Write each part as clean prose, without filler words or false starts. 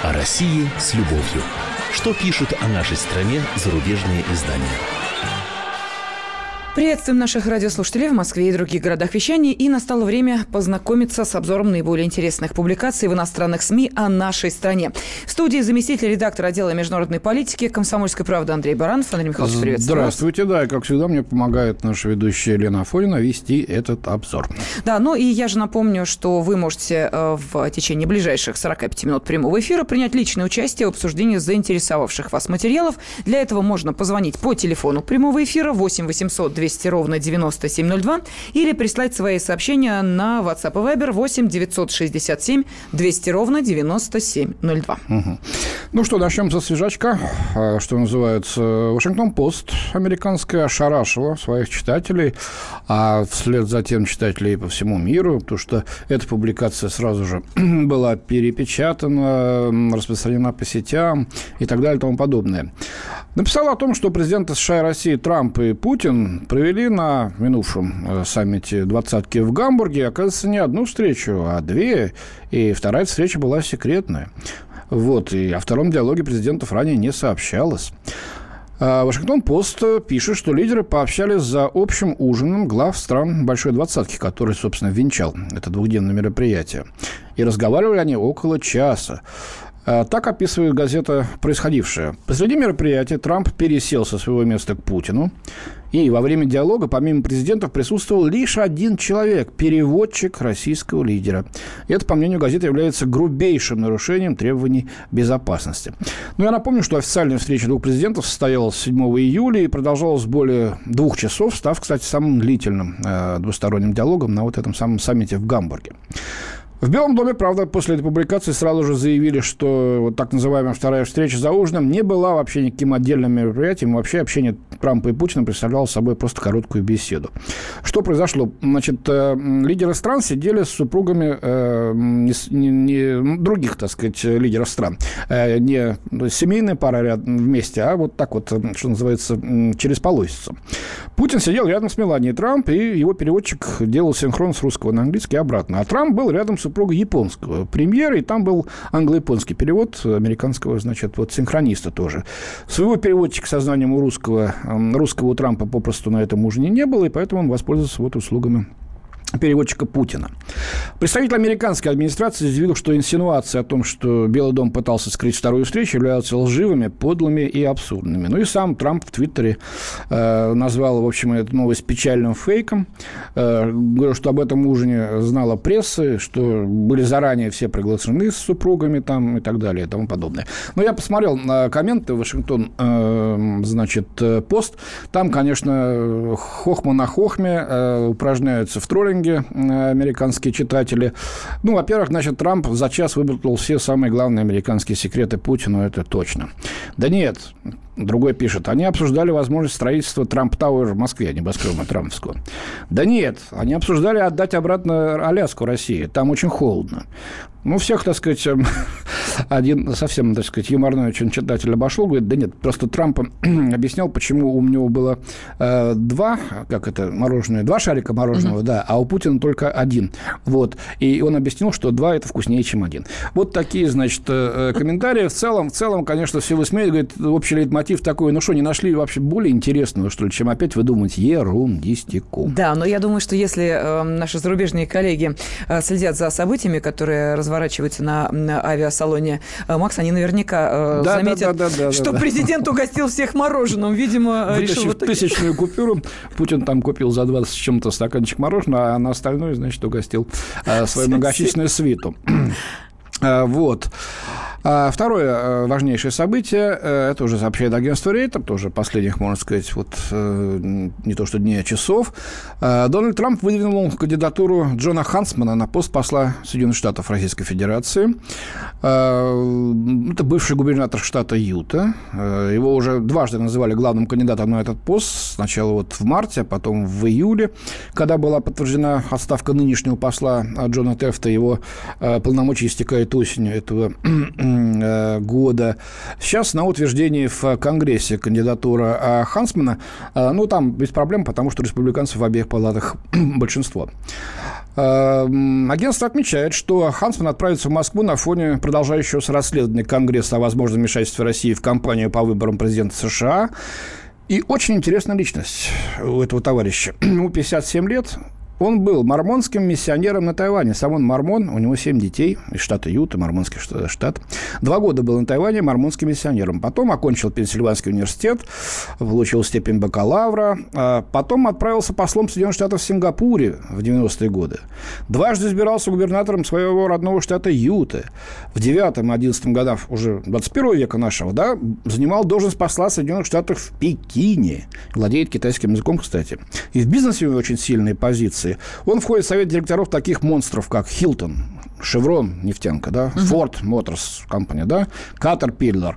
О России с любовью. Что пишут о нашей стране зарубежные издания? Приветствуем наших радиослушателей в Москве и других городах вещания. И настало время познакомиться с обзором наиболее интересных публикаций в иностранных СМИ о нашей стране. В студии заместитель редактора отдела международной политики «Комсомольской правды» Андрей Баранов. Андрей Михайлович, приветствую. Здравствуйте, да, и как всегда мне помогает наша ведущая Лена Афонина вести этот обзор. Да, ну и я же напомню, что вы можете в течение ближайших 45 минут прямого эфира принять личное участие в обсуждении заинтересовавших вас материалов. Для этого можно позвонить по телефону прямого эфира 8 800 200 ровно 9702 или прислать свои сообщения на WhatsApp и Viber 8 967 200 ровно 9702. Ну что, начнем со свежачка, что называется. Вашингтон-Пост американская ошарашила своих читателей, а вслед за тем читателей по всему миру, потому что эта публикация сразу же была перепечатана, распространена по сетям и так далее и тому подобное. Написала о том, что президенты США и России Трамп и Путин провели на минувшем саммите «двадцатки» в Гамбурге, оказывается, не одну встречу, а две, и вторая встреча была секретная. Вот, и о втором диалоге президентов ранее не сообщалось. Вашингтон-Пост пишет, что лидеры пообщались за общим ужином глав стран Большой двадцатки, который, собственно, венчал это двухдневное мероприятие. И разговаривали они около часа. Так описывает газета происходившее. Посреди мероприятия Трамп пересел со своего места к Путину. И во время диалога, помимо президентов, присутствовал лишь один человек – переводчик российского лидера. И это, по мнению газеты, является грубейшим нарушением требований безопасности. Но я напомню, что официальная встреча двух президентов состоялась 7 июля и продолжалась более 2 часов, став, кстати, самым длительным двусторонним диалогом на вот этом самом саммите в Гамбурге. В Белом доме, правда, после этой публикации сразу же заявили, что вот так называемая вторая встреча за ужином не была вообще никаким отдельным мероприятием. Вообще общение Трампа и Путина представляло собой просто короткую беседу. Что произошло? Значит, лидеры стран сидели с супругами не других, так сказать, лидеров стран. Не семейная пара вместе, а вот так вот, что называется, через полосицу. Путин сидел рядом с Меланией Трамп, и его переводчик делал синхрон с русского на английский и обратно. А Трамп был рядом с супругой японского премьера, и там был англо-японский перевод американского, значит, вот синхрониста тоже. Своего переводчика со знанием русского у Трампа попросту на этом ужине не было, и поэтому он воспользовался вот услугами переводчика Путина. Представитель американской администрации заявил, что инсинуации о том, что Белый дом пытался скрыть вторую встречу, являются лживыми, подлыми и абсурдными. Ну и сам Трамп в Твиттере назвал, в общем, эту новость печальным фейком. Говорил, что об этом ужине знала пресса, что были заранее все приглашены с супругами там и так далее и тому подобное. Но я посмотрел на комменты Вашингтон, значит, Пост. Там, конечно, хохма на хохме, упражняются в троллинге американские читатели. Ну, во-первых, значит, Трамп за час выболтал все самые главные американские секреты Путину, это точно. Да нет, другой пишет, они обсуждали возможность строительства Трамп-Тауэр в Москве, небоскреба Трампского. Да нет, они обсуждали отдать обратно Аляску России, там очень холодно. Ну, всех, так сказать, один совсем, так сказать, юморной очень читатель обошел, говорит, да нет, просто Трамп объяснял, почему у него было два шарика мороженого, да, а у Путина только один. Вот. И он объяснил, что 2 – это вкуснее, чем 1. Вот такие, значит, комментарии. В целом, конечно, все высмеивают, говорит, общий лейтмотив такой, ну что, не нашли вообще более интересного, что ли, чем опять выдумывать ерундистику. Да, но я думаю, что если наши зарубежные коллеги следят за событиями, которые разворачиваются на авиасалоне «Макс», они наверняка заметят, что президент угостил всех мороженым. Видимо, решил вот так. 1000-ную купюру Путин там купил за 20 с чем-то стаканчик мороженого, а на остальное, значит, угостил свою многочисленную свиту. Вот. Второе важнейшее событие, это уже сообщает агентство Рейтер, тоже последних, можно сказать, вот не то что дней, а часов. Дональд Трамп выдвинул кандидатуру Джона Хансмана на пост посла Соединенных Штатов Российской Федерации. Это бывший губернатор штата Юта. Его уже дважды называли главным кандидатом на этот пост. Сначала вот в марте, а потом в июле, когда была подтверждена отставка нынешнего посла Джона Тефта. Его полномочия истекают осенью этого года. Сейчас на утверждении в Конгрессе кандидатура Хансмана, ну, там без проблем, потому что республиканцев в обеих палатах большинство. Агентство отмечает, что Хансман отправится в Москву на фоне продолжающегося расследования Конгресса о возможном вмешательстве России в кампанию по выборам президента США. И очень интересная личность у этого товарища. Ему 57 лет. Он был мормонским миссионером на Тайване. Сам он мормон, у него 7 детей из штата Юта, мормонский штат. 2 года был на Тайване мормонским миссионером. Потом окончил Пенсильванский университет, получил степень бакалавра. Потом отправился послом Соединенных Штатов в Сингапуре в 90-е годы. Дважды избирался губернатором своего родного штата Юта. В 9-м и 11-м годах уже 21 века нашего, да, занимал должность посла Соединенных Штатов в Пекине. Владеет китайским языком, кстати. И в бизнесе у него очень сильные позиции. Он входит в совет директоров таких монстров, как Hilton, Chevron, нефтянка, да, Ford Motors Company, да, Caterpillar.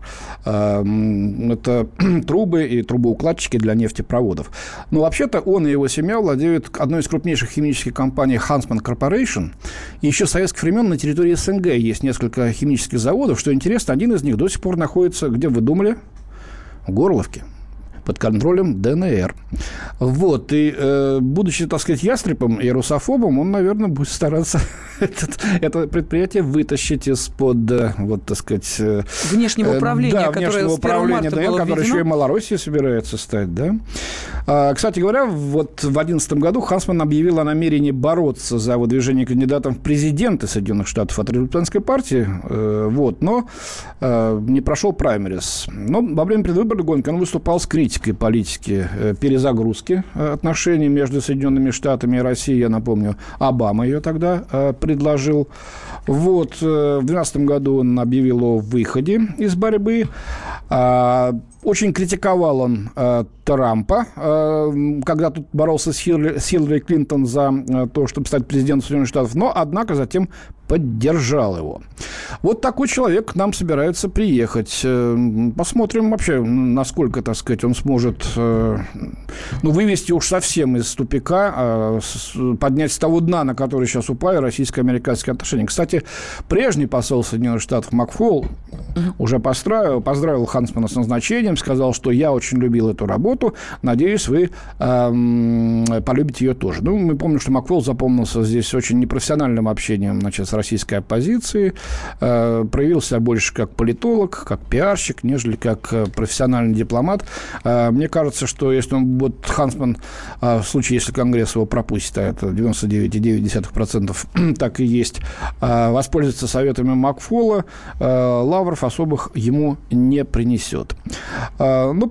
Это трубы и трубоукладчики для нефтепроводов. Но вообще-то он и его семья владеют одной из крупнейших химических компаний Huntsman Corporation. И еще с советских времен на территории СНГ есть несколько химических заводов. Что интересно, один из них до сих пор находится, где вы думали? В Горловке. Под контролем ДНР. Вот. И, будучи, так сказать, ястребом и русофобом, он, наверное, будет стараться это предприятие вытащить из-под, вот, так сказать... Внешнего управления, которое с 1 марта было введено. Которое еще и Малороссия собирается стать, да? Кстати говоря, вот в 2011 году Хансман объявил о намерении бороться за выдвижение кандидатом в президенты Соединенных Штатов от республиканской партии, вот, но не прошел праймерис. Но во время предвыборной гонки он выступал с критикой политики перезагрузки отношений между Соединенными Штатами и Россией. Я напомню, Обама ее тогда предложил. Вот. В 2012 году он объявил о выходе из борьбы. Очень критиковал он Трампа, когда тут боролся с Хиллари Клинтон за то, чтобы стать президентом Соединенных Штатов, но, однако, затем поддержал его. Вот такой человек к нам собирается приехать. Посмотрим вообще, насколько, так сказать, он сможет вывести уж совсем из тупика, поднять с того дна, на который сейчас упали российско-американские отношения. Кстати, прежний посол Соединенных Штатов Макфол уже поздравил Хансмана с назначением, сказал, что я очень любил эту работу, надеюсь, вы полюбите ее тоже. Ну, мы помним, что Макфол запомнился здесь очень непрофессиональным общением, значит, с российской оппозицией, проявил себя больше как политолог, как пиарщик, нежели как профессиональный дипломат. Мне кажется, что если он будет, Хансман, в случае, если Конгресс его пропустит, а это 99,9% так и есть, воспользуется советами Макфола, лавров особых ему не принесет. Ну,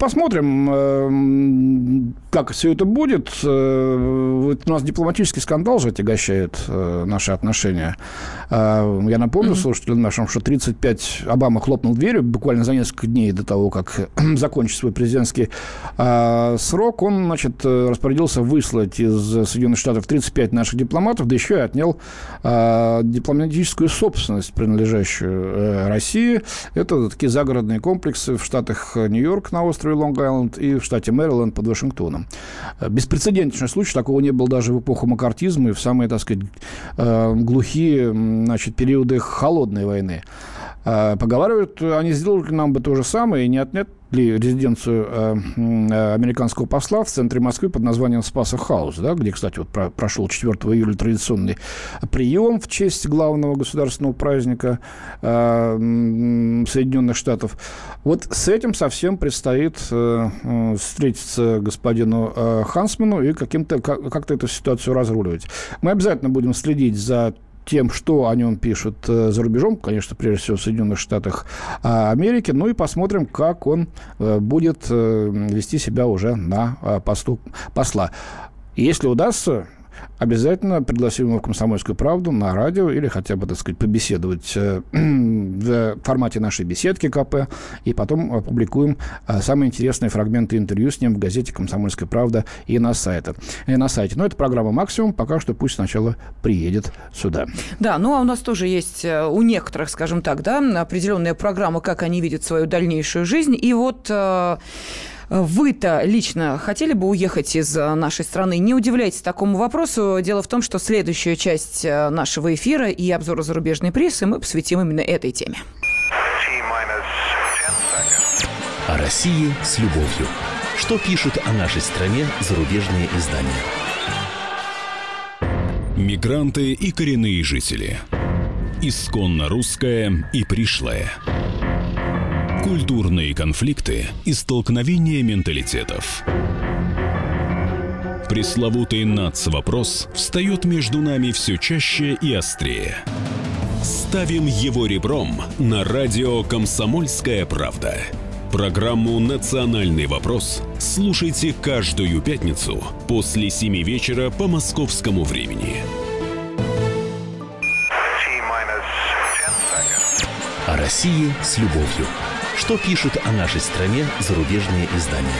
посмотрим, как все это будет. У нас дипломатический скандал же отягощает наши отношения. Я напомню слушателям нашим, что 35 Обама хлопнул дверью буквально за несколько дней до того, как закончить свой президентский срок. Он, значит, распорядился выслать из Соединенных Штатов 35 наших дипломатов, да еще и отнял дипломатическую собственность, принадлежащую России. Это такие загородные комплексы в штатах Нью-Йорк на острове Лонг-Айленд и в штате Мэриленд под Вашингтоном. Беспрецедентный случай, такого не было даже в эпоху маккартизма и в самые, так сказать, глухие, значит, периоды холодной войны. Поговаривают, они сделали нам бы то же самое и не отнять ли резиденцию американского посла в центре Москвы под названием Спасов Хаус, да, где, кстати, вот прошел 4 июля традиционный прием в честь главного государственного праздника Соединенных Штатов. Вот с этим совсем предстоит встретиться господину Хансману и как-то эту ситуацию разруливать. Мы обязательно будем следить за тем, что о нем пишут за рубежом, конечно, прежде всего в Соединенных Штатах Америки, ну и посмотрим, как он будет вести себя уже на посту посла. Если удастся, обязательно пригласим его в «Комсомольскую правду» на радио или хотя бы, так сказать, побеседовать в формате нашей беседки КП, и потом опубликуем самые интересные фрагменты интервью с ним в газете «Комсомольская правда» и на сайте. Но это программа «Максимум». Пока что пусть сначала приедет сюда. Да, ну а у нас тоже есть у некоторых, скажем так, да, определенная программа, как они видят свою дальнейшую жизнь. И вот... Вы-то лично хотели бы уехать из нашей страны? Не удивляйтесь такому вопросу. Дело в том, что следующую часть нашего эфира и обзора зарубежной прессы мы посвятим именно этой теме. О России с любовью. Что пишут о нашей стране зарубежные издания? Мигранты и коренные жители. Исконно русское и пришлое. Культурные конфликты и столкновения менталитетов. Пресловутый НАЦ-вопрос встает между нами все чаще и острее. Ставим его ребром на радио «Комсомольская правда». Программу «Национальный вопрос» слушайте каждую пятницу после 7 вечера по московскому времени. О России с любовью. Что пишут о нашей стране зарубежные издания?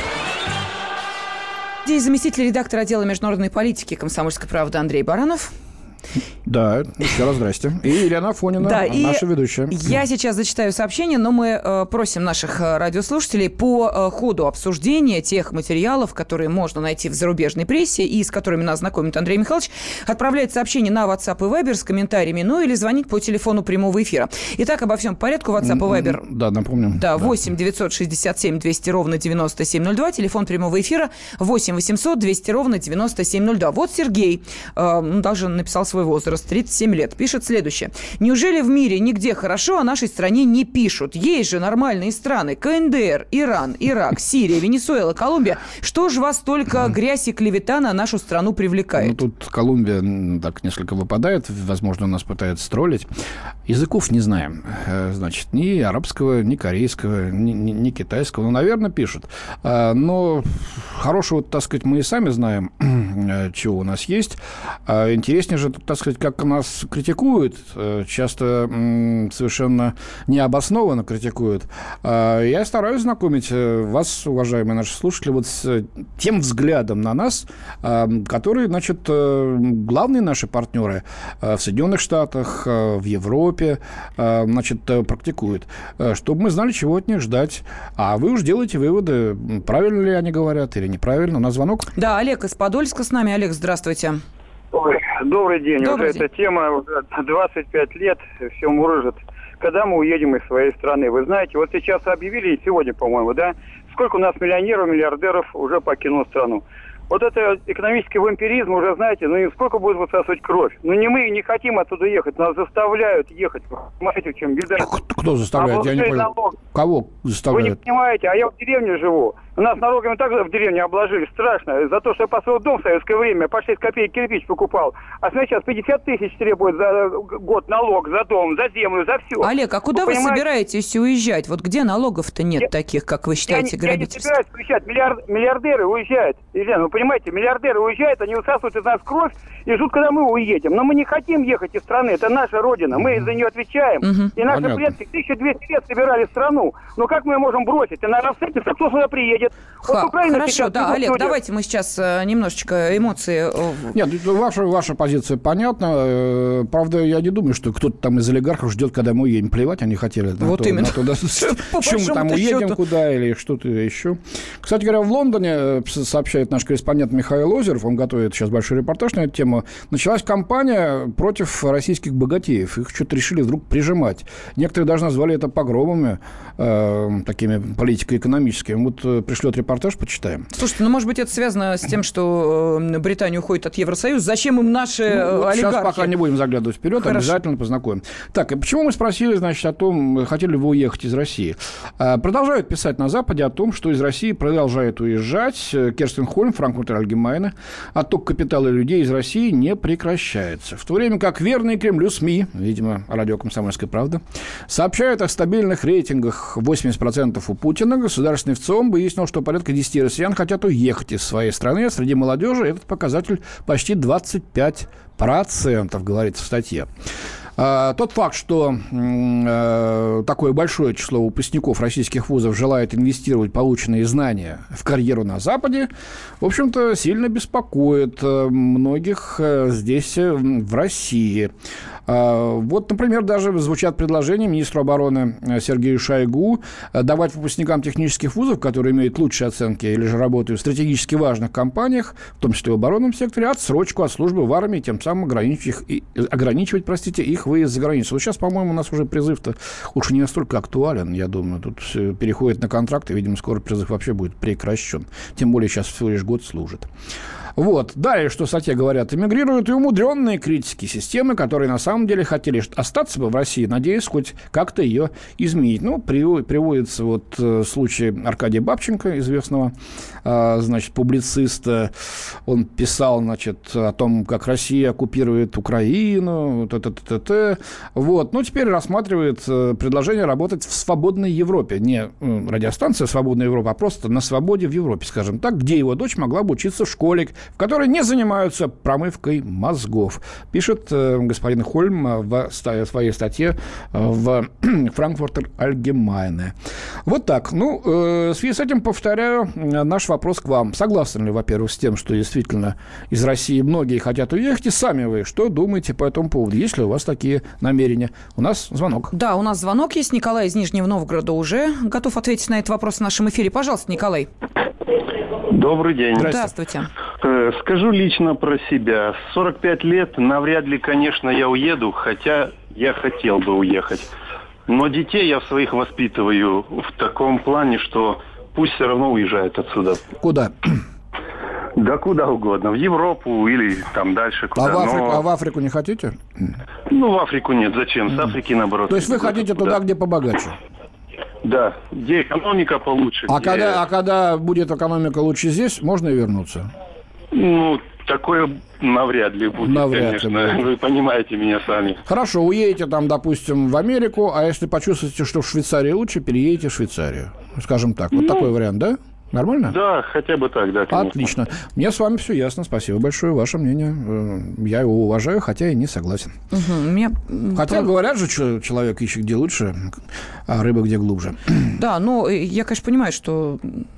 Здесь заместитель редактора отдела международной политики «Комсомольской правды» Андрей Баранов. Да, еще раз здрасте. И Елена Афонина, да, наша ведущая. Я сейчас зачитаю сообщение, но мы просим наших радиослушателей по ходу обсуждения тех материалов, которые можно найти в зарубежной прессе и с которыми нас знакомит Андрей Михайлович, отправлять сообщение на WhatsApp и Viber с комментариями, ну или звонить по телефону прямого эфира. Итак, обо всем по порядку. WhatsApp и Viber. Да, напомним. Да, 8 967 200 ровно 9702. Телефон прямого эфира 8 800 200 ровно 9702. Вот Сергей даже написал свой возраст, 37 лет, пишет следующее. Неужели в мире нигде хорошо о нашей стране не пишут? Есть же нормальные страны. КНДР, Иран, Ирак, Сирия, Венесуэла, Колумбия. Что же вас только грязь и клевета на нашу страну привлекает? Ну, тут Колумбия так несколько выпадает. Возможно, нас пытаются троллить. Языков не знаем. Значит, ни арабского, ни корейского, ни китайского. Ну, наверное, пишут. Но хорошего, так сказать, мы и сами знаем, чего у нас есть. Интереснее же, так сказать, как нас критикуют, часто совершенно необоснованно критикуют. Я стараюсь знакомить вас, уважаемые наши слушатели, вот с тем взглядом на нас, который, значит, главные наши партнеры в Соединенных Штатах, в Европе, значит, практикуют, чтобы мы знали, чего от них ждать. А вы уж делаете выводы, правильно ли они говорят или неправильно. У нас звонок? Да, Олег из Подольска с нами. Олег, здравствуйте. Ой, добрый день. Добрый уже день. Эта тема уже 25 лет все мурыжит. Когда мы уедем из своей страны? Вы знаете, вот сейчас объявили, сегодня, по-моему, да, сколько у нас миллионеров, миллиардеров уже покинуло страну. Вот это экономический вампиризм уже, знаете, ну и сколько будет высасывать кровь? Ну не мы не хотим оттуда ехать, нас заставляют ехать. Понимаете, в чем беда? Кто заставляет? Я не понял. Налог. Кого Вы заставляют? не понимаете, а я в деревне живу. Нас налогами так в деревне обложили, страшно. За то, что я построил дом в советское время, по 6 копеек кирпич покупал. А сейчас 50 тысяч требует за год налог, за дом, за землю, за все. Олег, а куда вы собираетесь уезжать? Вот где налогов-то нет таких, как вы считаете, грабительств? Я не собираюсь уезжать. Миллиардеры уезжают. Елена, вы понимаете, миллиардеры уезжают, они высасывают из нас кровь и ждут, когда мы уедем. Но мы не хотим ехать из страны, это наша родина, мы за нее отвечаем. И наши Понятно. предки 1200 лет собирали страну. Но как мы ее можем бросить? Она рассыпется, кто сюда приедет? Вот Украина Хорошо, сейчас да, бегут Олег, люди. давайте мы сейчас немножечко эмоции... Нет, ваша позиция понятна. Правда, я не думаю, что кто-то там из олигархов ждет, когда мы уедем. Плевать они хотели. Вот именно. Чем мы там уедем, куда или что-то еще. Кстати говоря, в Лондоне, сообщает наш корреспондент Михаил Озеров, он готовит сейчас большой репортаж на эту тему, началась кампания против российских богатеев. Их что-то решили вдруг прижимать. Некоторые даже назвали это погромами, такими политико-экономическими. Вот пришлет репортаж, почитаем. Слушайте, ну, может быть, это связано с тем, что Британия уходит от Евросоюза. Зачем им наши олигархи? Сейчас пока не будем заглядывать вперед, Хорошо. обязательно познакомим. Так, и почему мы спросили, значит, о том, хотели ли вы уехать из России? Продолжают писать на Западе о том, что из России продолжает уезжать Керстен Хольм, Франкфуртер Альгемайне. Отток капитала и людей из России не прекращается. В то время как верные Кремлю СМИ, видимо, радио «Комсомольская правда», сообщают о стабильных рейтингах 80% у Путина. Государственный ВЦИОМ выяснил, что порядка 10 россиян хотят уехать из своей страны. Среди молодежи этот показатель почти 25%, говорится в статье. Тот факт, что такое большое число выпускников российских вузов желает инвестировать полученные знания в карьеру на Западе, в общем-то, сильно беспокоит многих здесь, в России. Вот, например, даже звучат предложения министру обороны Сергею Шойгу давать выпускникам технических вузов, которые имеют лучшие оценки или же работают в стратегически важных компаниях, в том числе в оборонном секторе, отсрочку от службы в армии, тем самым ограничивать их выезд за границу. Вот сейчас, по-моему, у нас уже призыв-то уж не настолько актуален, я думаю. Тут переходит на контракт, и, видимо, скоро призыв вообще будет прекращен. Тем более сейчас всего лишь год служит. Вот. Далее, что в статье говорят, эмигрируют и умудренные критики системы, которые на самом деле хотели остаться бы в России, надеясь хоть как-то ее изменить. Ну, приводится вот случай Аркадия Бабченко, известного, значит, публициста. Он писал, значит, о том, как Россия оккупирует Украину, вот. Ну, теперь рассматривает предложение работать в свободной Европе. Не радиостанция «Свободная Европа», а просто на свободе в Европе, скажем так, где его дочь могла бы учиться в школе, в которой не занимаются промывкой мозгов. Пишет господин Хольм в своей статье в «Франкфуртер Альгемайне». Вот так. Ну, в связи с этим повторяю наш вопрос к вам. Согласны ли, во-первых, с тем, что действительно из России многие хотят уехать, и сами вы что думаете по этому поводу? Есть ли у вас такие намерения? У нас звонок. Да, у нас звонок есть. Николай из Нижнего Новгорода уже готов ответить на этот вопрос в нашем эфире. Пожалуйста, Николай. Добрый день. Здравствуйте. Скажу лично про себя. 45 лет навряд ли, конечно, я уеду, хотя я хотел бы уехать. Но детей я своих воспитываю в таком плане, что пусть все равно уезжают отсюда. Куда? Да куда угодно. В Европу или там дальше куда. А в Африку не хотите? Ну, в Африку нет. Зачем? С Африки, наоборот. То есть вы хотите туда, где побогаче? Да, где экономика получше. А когда будет экономика лучше здесь, можно и вернуться? Ну, такое навряд ли будет, конечно. Вы понимаете меня сами. Хорошо, уедете там, допустим, в Америку, а если почувствуете, что в Швейцарии лучше, переедете в Швейцарию. Скажем так. Вот такой вариант, да? Нормально? Да, хотя бы так, да. Конечно. Отлично. Мне с вами все ясно. Спасибо большое. Ваше мнение. Я его уважаю, хотя и не согласен. Хотя говорят же, что человек ищет где лучше, а рыба где глубже. Да, но я, конечно, понимаю, что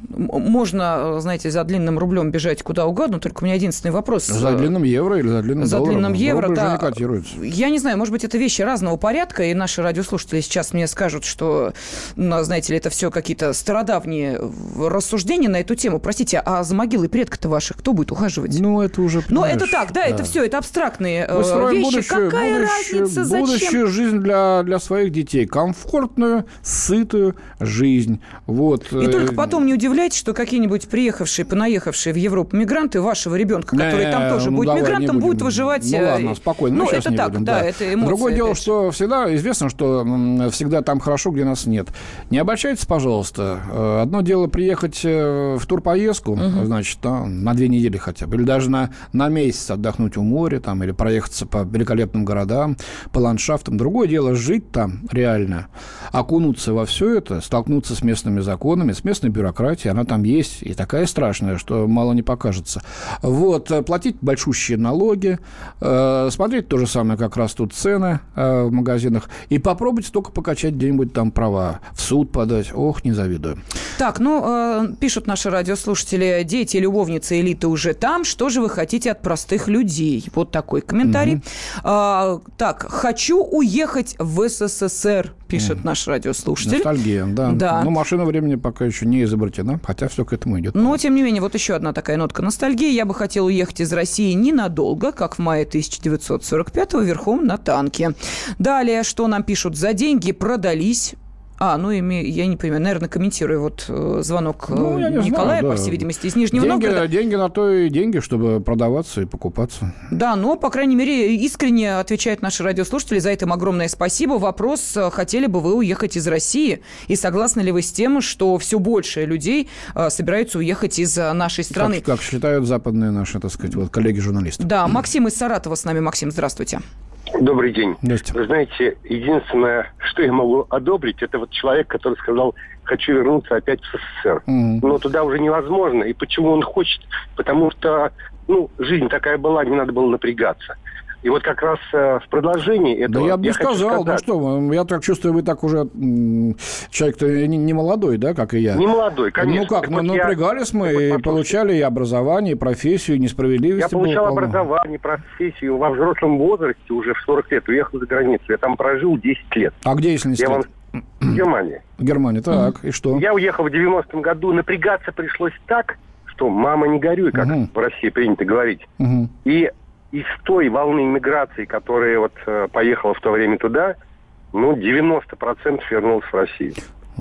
можно, знаете, за длинным рублем бежать куда угодно, только у меня единственный вопрос. За длинным евро или за длинным долларом? За длинным евро, рубль да. же не котируется. Я не знаю, может быть, это вещи разного порядка, и наши радиослушатели сейчас мне скажут, что, знаете ли, это все какие-то стародавние рассуждения на эту тему. Простите, а за могилой предков-то ваших кто будет ухаживать? Ну, это уже, понимаешь... Ну, это так, да, это все, это абстрактные вещи. Какая разница, зачем? Будущую жизнь для своих детей. Комфортную, сытую жизнь. Вот. И только потом не удивляйтесь, что какие-нибудь приехавшие, понаехавшие в Европу мигранты вашего ребенка, который там тоже будет мигрантом, будут выживать... Ну, ладно, спокойно. Ну, это так, будем, да, это эмоции. Другое дело, что всегда известно, что всегда там хорошо, где нас нет. Не обольщайтесь, пожалуйста. Одно дело приехать в турпоездку, значит, на 2 недели хотя бы, или даже на месяц отдохнуть у моря, там, или проехаться по великолепным городам, по ландшафтам. Другое дело жить там реально, окунуться во все это, столкнуться с местными законами, с местной бюрократией. Она там есть, и такая страшная, что мало не покажется. Вот, платить большущие налоги, смотреть то же самое, как растут цены в магазинах, и попробовать только покачать где-нибудь там права, в суд подать. Ох, не завидую. Так, пишут наши радиослушатели, дети, любовницы элиты уже там, что же вы хотите от простых людей? Вот такой комментарий. Так, хочу уехать в СССР, пишет наш радиослушатель. Ностальгия, да. Но машина времени пока еще не изобретена, хотя все к этому идет. Но, тем не менее, вот еще одна такая нотка ностальгии. Я бы хотел уехать из России ненадолго, как в мае 1945-го, верхом на танке. Далее, что нам пишут? За деньги продались. Я не понимаю, наверное, комментирую вот звонок Николая, по всей видимости, из Нижнего Новгорода. Деньги на то и деньги, чтобы продаваться и покупаться. Да, но, по крайней мере, искренне отвечают наши радиослушатели. За это им огромное спасибо. Вопрос, хотели бы вы уехать из России? И согласны ли вы с тем, что все больше людей собираются уехать из нашей страны? Как считают западные наши, так сказать, коллеги-журналисты. Да, Максим из Саратова с нами. Максим, здравствуйте. Добрый день. Вы знаете, единственное, что я могу одобрить, это вот человек, который сказал, хочу вернуться опять в СССР. Но туда уже невозможно. И почему он хочет? Потому что, жизнь такая была, не надо было напрягаться. И вот как раз в продолжении этого... Да я бы сказал, я так чувствую, вы так уже человек-то не молодой, да, как и я. Не молодой, конечно. Напрягались мы и получали и образование, и профессию, и несправедливость. Я получал образование, профессию во взрослом возрасте, уже в 40 лет, уехал за границу. Я там прожил 10 лет. А где, если не секрет? В Германии. В Германии, так, и что? Я уехал в 90-м году, напрягаться пришлось так, что мама не горюй, как в России принято говорить. И из той волны иммиграции, которая поехала в то время туда, 90% вернулась в Россию.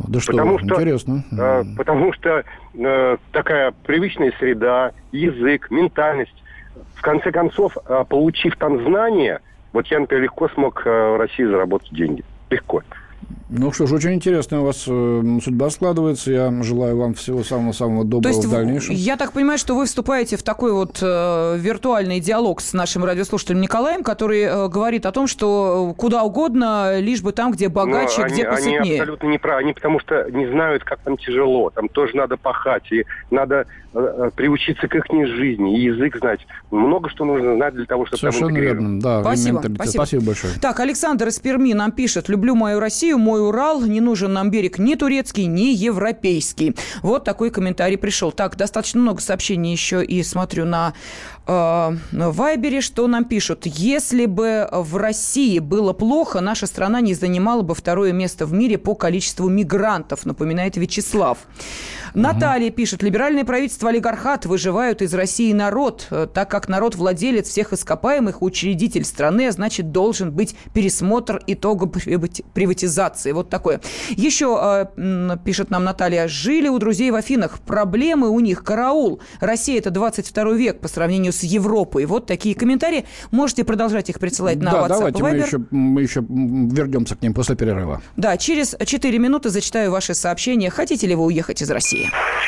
Да что, интересно. Потому что такая привычная среда, язык, ментальность. В конце концов, получив там знания, вот я, например, легко смог в России заработать деньги. Легко. Ну что ж, очень интересно у вас судьба складывается. Я желаю вам всего самого-самого доброго в дальнейшем. Я так понимаю, что вы вступаете в такой вот виртуальный диалог с нашим радиослушателем Николаем, который говорит о том, что куда угодно, лишь бы там, где богаче, где посытнее. Они абсолютно не правы. Они потому что не знают, как там тяжело. Там тоже надо пахать. И надо приучиться к их жизни. И язык знать. Много что нужно знать для того, чтобы совершенно там интегрироваться. Верно. Да, спасибо большое. Так, Александр из Перми нам пишет: люблю мою Россию, мой Урал, не нужен нам берег ни турецкий, ни европейский. Вот такой комментарий пришел. Так, достаточно много сообщений еще и смотрю на Вайбере, что нам пишут. Если бы в России было плохо, наша страна не занимала бы второе место в мире по количеству мигрантов, напоминает Вячеслав. Наталья пишет: либеральное правительство, олигархат выживают из России народ, так как народ владелец всех ископаемых, учредитель страны, а значит, должен быть пересмотр итогов приватизации. Вот такое. Еще, пишет нам Наталья, жили у друзей в Афинах, проблемы у них, караул. Россия – это 22 век по сравнению с Европой. Вот такие комментарии. Можете продолжать их присылать на WhatsApp и Viber. Мы еще вернемся к ним после перерыва. Да, через 4 минуты зачитаю ваши сообщения. Хотите ли вы уехать из России?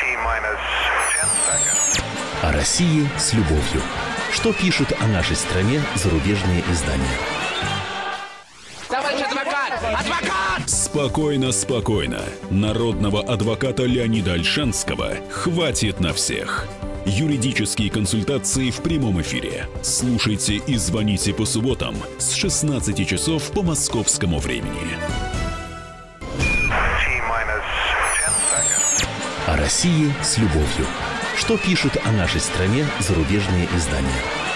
О России с любовью. Что пишут о нашей стране зарубежные издания? Товарищ адвокат! Адвокат! Спокойно, спокойно. Народного адвоката Леонида Ольшанского хватит на всех. Юридические консультации в прямом эфире. Слушайте и звоните по субботам с 16 часов по московскому времени. О России с любовью. Что пишут о нашей стране зарубежные издания?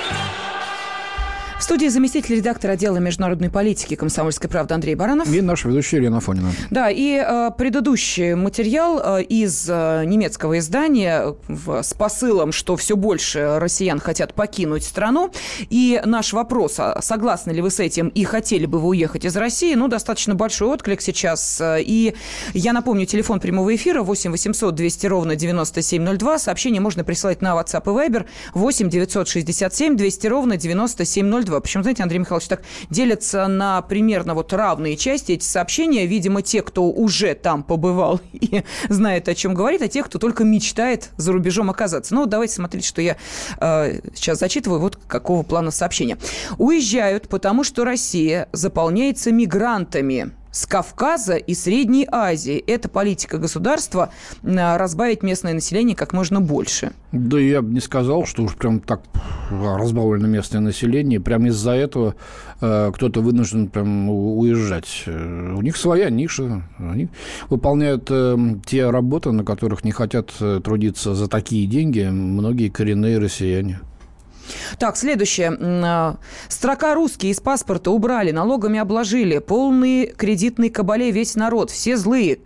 В студии заместитель редактора отдела международной политики «Комсомольской правды» Андрей Баранов. И наш ведущий Елена Афонина. Да, и предыдущий материал из немецкого издания с посылом, что все больше россиян хотят покинуть страну. И наш вопрос, согласны ли вы с этим и хотели бы вы уехать из России, достаточно большой отклик сейчас. И я напомню, телефон прямого эфира 8 800 200 ровно 9702. Сообщение можно присылать на WhatsApp и Viber 8 967 200 ровно 9702. Причем, знаете, Андрей Михайлович так делятся на примерно равные части эти сообщения. Видимо, те, кто уже там побывал и знает, о чем говорит, а те, кто только мечтает за рубежом оказаться. Давайте смотреть, что я сейчас зачитываю. Вот какого плана сообщения. Уезжают, потому что Россия заполняется мигрантами с Кавказа и Средней Азии. Это политика государства – разбавить местное население как можно больше. Да я бы не сказал, что уж прям так разбавлено местное население. Прям из-за этого кто-то вынужден прям уезжать. У них своя ниша. Они выполняют те работы, на которых не хотят трудиться за такие деньги многие коренные россияне. Так, следующее. Строка «русские» из паспорта убрали, налогами обложили. Полный кредитный кабале весь народ. Все злые.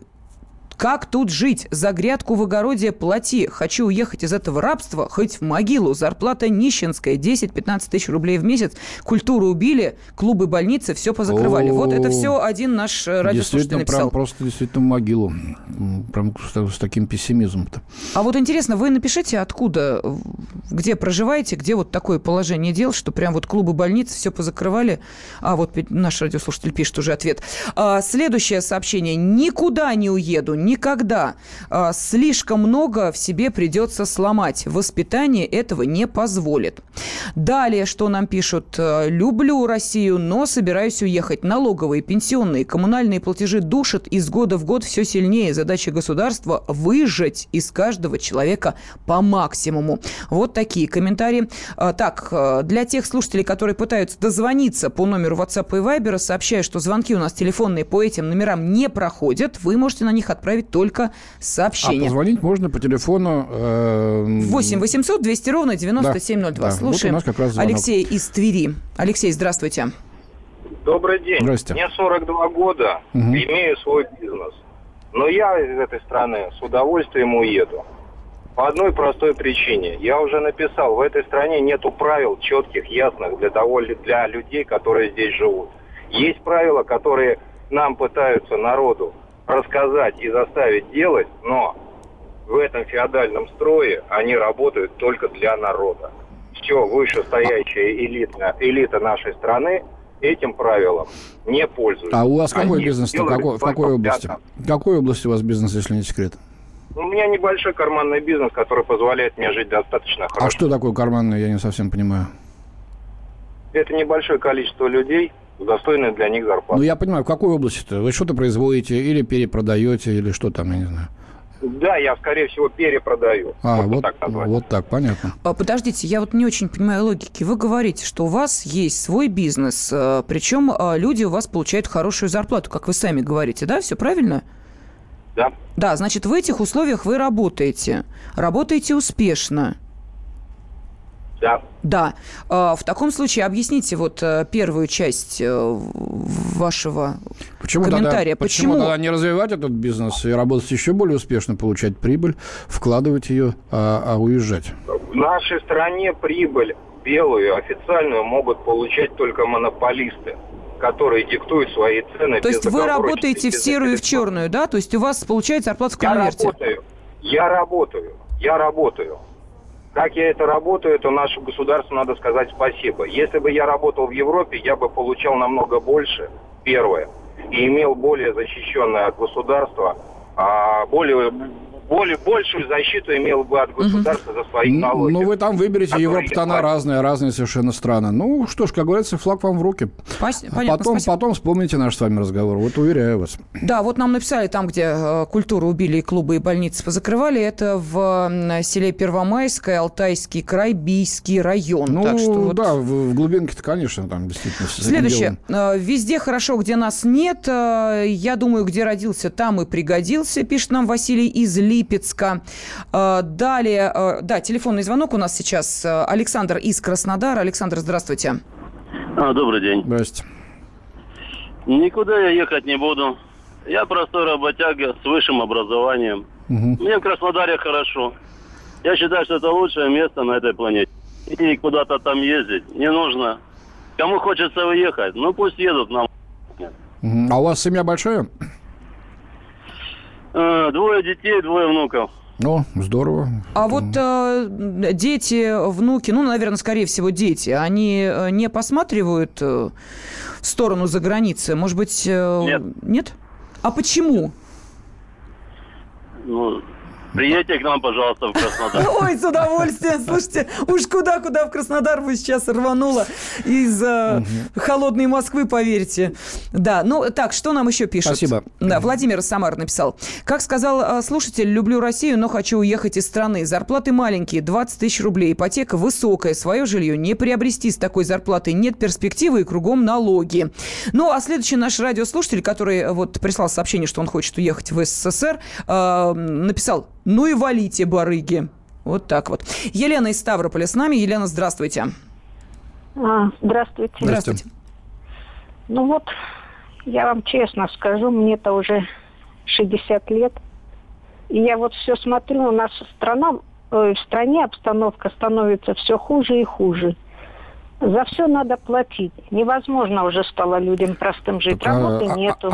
Как тут жить? За грядку в огороде плати. Хочу уехать из этого рабства хоть в могилу. Зарплата нищенская. 10-15 тысяч рублей в месяц. Культуру убили, клубы, больницы, все позакрывали. Вот это все один наш радиослушатель написал. Просто действительно в могилу. Прям с таким пессимизмом-то. А вот интересно, вы напишите, откуда, где проживаете, где вот такое положение дел, что прям клубы, больницы все позакрывали. А вот наш радиослушатель пишет уже ответ. Следующее сообщение. Никуда не уеду. Никогда. Слишком много в себе придется сломать. Воспитание этого не позволит. Далее, что нам пишут. Люблю Россию, но собираюсь уехать. Налоговые, пенсионные, коммунальные платежи душат из года в год все сильнее. Задача государства – выжать из каждого человека по максимуму. Вот такие комментарии. Так, для тех слушателей, которые пытаются дозвониться по номеру WhatsApp и Viber, сообщаю, что звонки у нас телефонные по этим номерам не проходят. Вы можете на них отправить только сообщение. А позвонить можно по телефону 8 800 200 ровно 9702. Да. Слушаем вот Алексей из Твери. Алексей, здравствуйте. Добрый день. Здрасте. Мне 42 года, имею свой бизнес. Но я из этой страны с удовольствием уеду. По одной простой причине. Я уже написал, в этой стране нету правил четких, ясных для людей, которые здесь живут. Есть правила, которые нам пытаются, народу, рассказать и заставить делать, но в этом феодальном строе они работают только для народа. Все вышестоящая элита нашей страны этим правилом не пользуются. А у вас какой бизнес? В какой области? В какой области у вас бизнес, если не секрет? У меня небольшой карманный бизнес, который позволяет мне жить достаточно хорошо. А что такое карманный, я не совсем понимаю. Это небольшое количество людей, достойное для них зарплаты. Ну, я понимаю, в какой области-то? Вы что-то производите или перепродаете, или что там, я не знаю. Да, я, скорее всего, перепродаю. Вот так, понятно. Подождите, я вот не очень понимаю логики. Вы говорите, что у вас есть свой бизнес, причем люди у вас получают хорошую зарплату, как вы сами говорите, да? Все правильно? Да. Да, значит, в этих условиях вы работаете. Работаете успешно. Да. Да. В таком случае объясните вот первую часть вашего комментария. Почему тогда не развивать этот бизнес и работать еще более успешно, получать прибыль, вкладывать ее, а уезжать? В нашей стране прибыль белую, официальную могут получать только монополисты, которые диктуют свои цены. То есть вы работаете в серую и в черную, да? То есть у вас получается зарплата в конверте? Я работаю. Как я это работаю, то нашему государству надо сказать спасибо. Если бы я работал в Европе, я бы получал намного больше, первое, и имел более защищенное от государства, большую защиту имел бы от государства за свои налоги. Ну, вы там выберете, Европа-то она разные совершенно страны. Ну, что ж, как говорится, флаг вам в руки. Потом вспомните наш с вами разговор, вот уверяю вас. Да, вот нам написали там, где культуру убили, и клубы, и больницы позакрывали, это в селе Первомайское, Алтайский край, Бийский район. Ну, так что да, в глубинке-то, конечно, там действительно... Следующее. Везде хорошо, где нас нет. Я думаю, где родился, там и пригодился, пишет нам Василий из Липецка. Далее, да, телефонный звонок у нас сейчас. Александр из Краснодара. Александр, здравствуйте. Добрый день. Здрасте. Никуда я ехать не буду. Я простой работяга с высшим образованием. Мне в Краснодаре хорошо. Я считаю, что это лучшее место на этой планете. И куда-то там ездить не нужно. Кому хочется уехать, ну пусть едут нам. А у вас семья большая? 2 детей, 2 внуков. О, здорово. А вот дети, внуки, ну, наверное, скорее всего, дети, они не посматривают в сторону за границы? Может быть, нет? А почему? Ну, приедьте к нам, пожалуйста, в Краснодар. Ой, с удовольствием. Слушайте, уж куда в Краснодар бы сейчас рвануло из холодной Москвы, поверьте. Да, ну так, что нам еще пишут? Спасибо. Да, Владимир из Самары написал. Как сказал слушатель, люблю Россию, но хочу уехать из страны. Зарплаты маленькие, 20 тысяч рублей. Ипотека высокая, свое жилье не приобрести с такой зарплатой. Нет перспективы и кругом налоги. Ну, а следующий наш радиослушатель, который вот прислал сообщение, что он хочет уехать в СССР, написал: ну и валите, барыги. Вот так вот. Елена из Ставрополя с нами. Елена, здравствуйте. Здравствуйте. Здравствуйте. Ну вот, я вам честно скажу, мне-то уже 60 лет. И я вот все смотрю, у нас в стране обстановка становится все хуже и хуже. За все надо платить. Невозможно уже стало людям простым жить. Работы нету.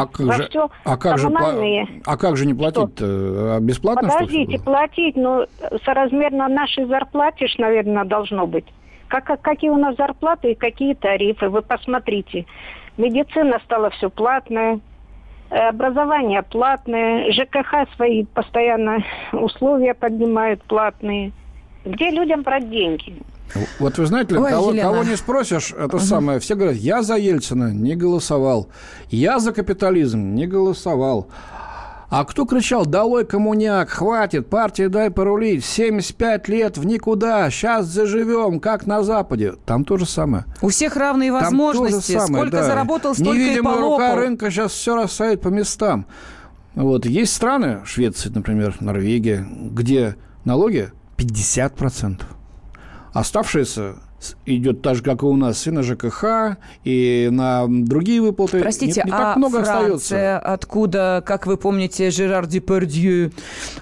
Как же не платить-то? Бесплатно? Подождите, платить, но соразмерно нашей зарплате, наверное, должно быть. Какие у нас зарплаты и какие тарифы. Вы посмотрите. Медицина стала все платная. Образование платное. ЖКХ свои постоянно условия поднимают платные. Где людям брать деньги? Вот вы знаете, кого не спросишь, это самое. Все говорят, я за Ельцина не голосовал. Я за капитализм не голосовал. А кто кричал: долой коммуняк, хватит, партии дай порулить, 75 лет в никуда, сейчас заживем, как на Западе. Там то же самое. У всех равные возможности. Самое, сколько заработал, столько и полопал. Невидимая рука рынка сейчас все расставит по местам. Вот. Есть страны, Швеция, например, Норвегия, где налоги 50%. Оставшиеся идет так же, как и у нас, и на ЖКХ, и на другие выплаты. Простите, не так много Франция, остается. откуда, как вы помните, Жерар Депардью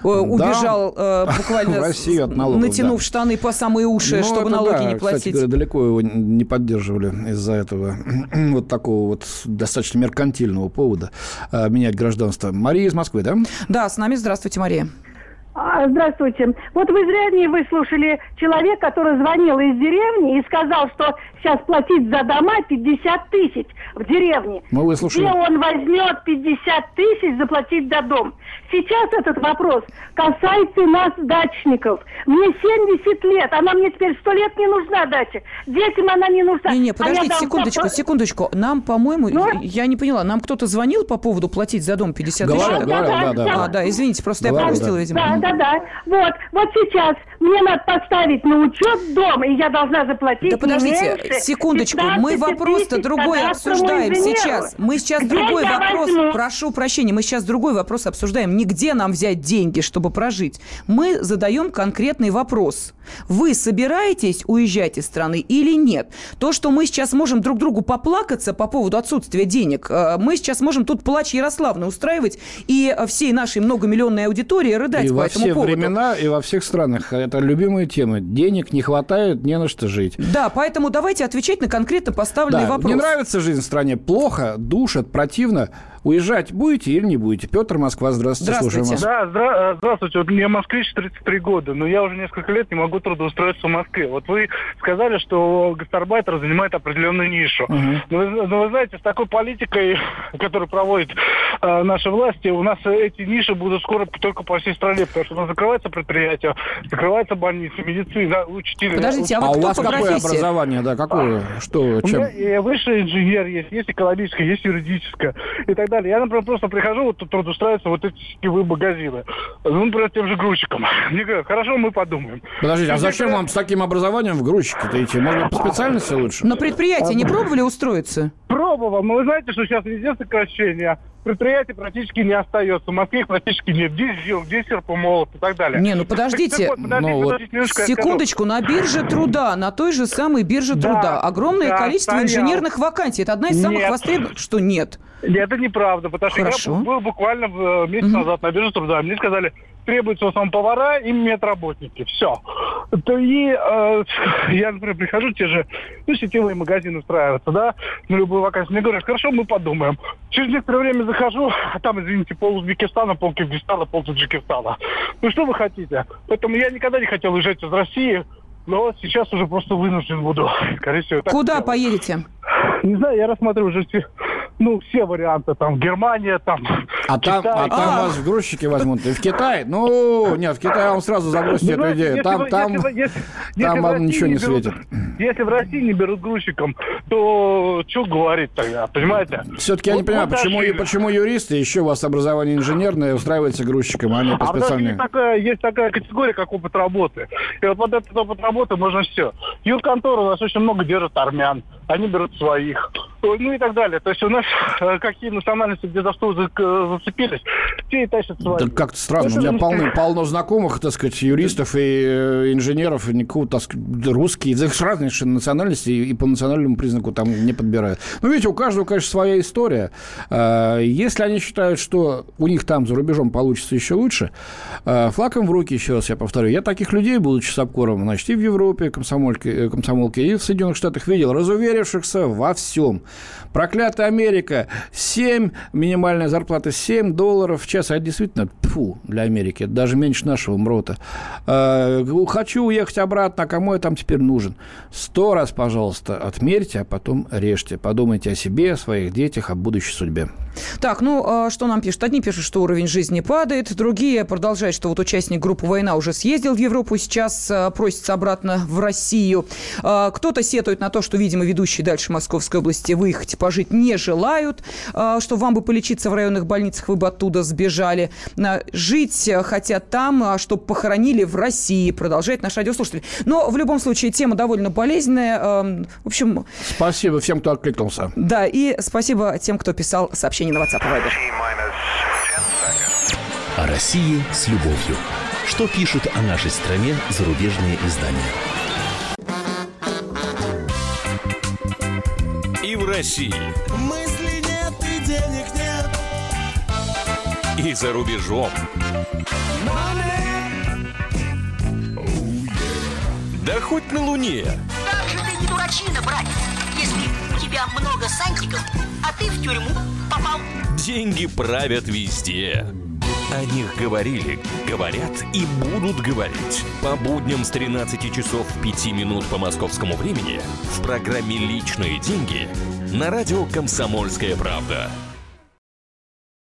убежал буквально, натянув штаны по самые уши, чтобы налоги не платить? Кстати говоря, далеко его не поддерживали из-за этого вот такого вот достаточно меркантильного повода менять гражданство. Мария из Москвы, да? Да, с нами. Здравствуйте, Мария. Здравствуйте. Вот вы зря не выслушали человека, который звонил из деревни и сказал, что сейчас платить за дома 50 тысяч в деревне. Мы выслушали. Где он возьмет 50 тысяч заплатить за дом? Сейчас этот вопрос касается нас, дачников. Мне 70 лет, она мне теперь 100 лет не нужна дача. Детям она не нужна. Не, подождите, секундочку. Нам, по-моему, я не поняла, нам кто-то звонил по поводу платить за дом 50 тысяч? Да, извините, просто я пропустила, видимо. Да. Вот сейчас мне надо поставить на учет дом, и я должна заплатить. Да подождите, секундочку, мы вопрос-то другой обсуждаем сейчас. Мы сейчас другой вопрос, прошу прощения, мы сейчас другой вопрос обсуждаем. Не где нам взять деньги, чтобы прожить. Мы задаем конкретный вопрос. Вы собираетесь уезжать из страны или нет? То, что мы сейчас можем друг другу поплакаться по поводу отсутствия денег, мы сейчас можем тут плач Ярославны устраивать и всей нашей многомиллионной аудитории рыдать по этому поводу. Во все времена и во всех странах. Это любимая тема. Денег не хватает, не на что жить. Да, поэтому давайте отвечать на конкретно поставленный вопрос. Не нравится жизнь в стране? Плохо, душат, противно. Уезжать будете или не будете? Петр, Москва, здравствуйте. Слушаем вас. Да, здравствуйте. Вот мне москвич 33 года, но я уже несколько лет не могу трудоустроиться в Москве. Вот вы сказали, что гастарбайтер занимает определенную нишу. Но вы знаете, с такой политикой, которую проводит наши власти, у нас эти ниши будут скоро только по всей стране, потому что у нас закрываются предприятия, закрываются больницы, медицина, учителя. Подождите, а у вас какое образование? Да, какое? Что, чем? У меня высший инженер есть экономическое, есть юридическое и так далее. Я, например, просто прихожу, вот тут трудоустраиваются вот эти сетевые магазины. Ну, например, тем же грузчиком. Мне говорят, хорошо, мы подумаем. Подождите, а зачем вам с таким образованием в грузчики-то идти? Может быть, по специальности лучше? На предприятие не пробовали устроиться? Пробовал, но вы знаете, что сейчас везде сокращения. Предприятий практически не остается. В Москве их практически нет. Где ЗИЛ, где Серпомолот и так далее. Не, ну подождите. Секундочку. На бирже труда, на той же самой бирже труда огромное количество инженерных вакансий. Это одна из самых востребованных. Что нет? Нет, это неправда, потому что я был буквально месяц назад на бирже труда. Мне сказали, требуются в основном повара и медработники. Все. Я, например, прихожу, те же сетевые магазины устраиваются, да, на любую вакансию. Мне говорят, хорошо, мы подумаем. Через некоторое время захожу, а там, извините, пол Узбекистана, пол Киргизстана, пол Таджикистана. Ну, что вы хотите? Поэтому я никогда не хотел уезжать из России, но сейчас уже просто вынужден буду, скорее всего. Куда поедете? Не знаю, я рассматриваю уже все варианты. Там Германия, там Китай. Там вас в грузчики возьмут. И в Китай? Ну, нет, в Китай вам сразу забросите эту идею. Там вам ничего не светит. Если в России не берут грузчиком, то что говорить тогда, понимаете? Все-таки я не понимаю, почему юристы, еще у вас образование инженерное, устраиваются грузчиком, а не по специальной... Есть такая категория, как опыт работы. И вот под этот опыт работы можно все. Юрконторы у нас очень много держат армян. Они берут своих. Ну и так далее. То есть у нас какие национальности где за что зацепились, те и тащат свои. Так как-то странно. У меня полно знакомых, так сказать, юристов и инженеров, и никакого, так сказать, русские, разные национальности, и по национальному признаку там не подбирают. Ну, видите, у каждого, конечно, своя история. Если они считают, что у них там за рубежом получится еще лучше, флаг им в руки, еще раз я повторю. Я таких людей, будучи сапкором, значит, и в Европе, комсомолке, и в Соединенных Штатах видел, разуверившихся во всем. Проклятая Америка, 7, минимальная зарплата $7 в час. А это действительно, для Америки. Это даже меньше нашего МРОТа. Хочу уехать обратно, а кому я там теперь нужен? 100 раз, пожалуйста, отмерьте, а потом режьте. Подумайте о себе, о своих детях, о будущей судьбе. Так, что нам пишут? Одни пишут, что уровень жизни падает, другие продолжают, что вот участник группы «Война» уже съездил в Европу, сейчас просится обратно в Россию. Кто-то сетует на то, что, видимо, ведущие дальше Московской области выехать и пожить не желают, что вам бы полечиться в районных больницах, вы бы оттуда сбежали. Жить хотят там, чтобы похоронили в России, продолжает наш радиослушатель. Но в любом случае тема довольно болезненная. В общем... Спасибо всем, кто откликнулся. Да, и спасибо тем, кто писал сообщение на WhatsApp и Viber. О России с любовью. Что пишут о нашей стране зарубежные издания? России. Мысли нет и денег нет. И за рубежом. Да хоть на Луне. Как же ты не дурачина, братец, если у тебя много сантиков, а ты в тюрьму попал. Деньги правят везде. О них говорили, говорят и будут говорить. По будням с 13 часов 5 минут по московскому времени в программе «Личные деньги» на радио «Комсомольская правда».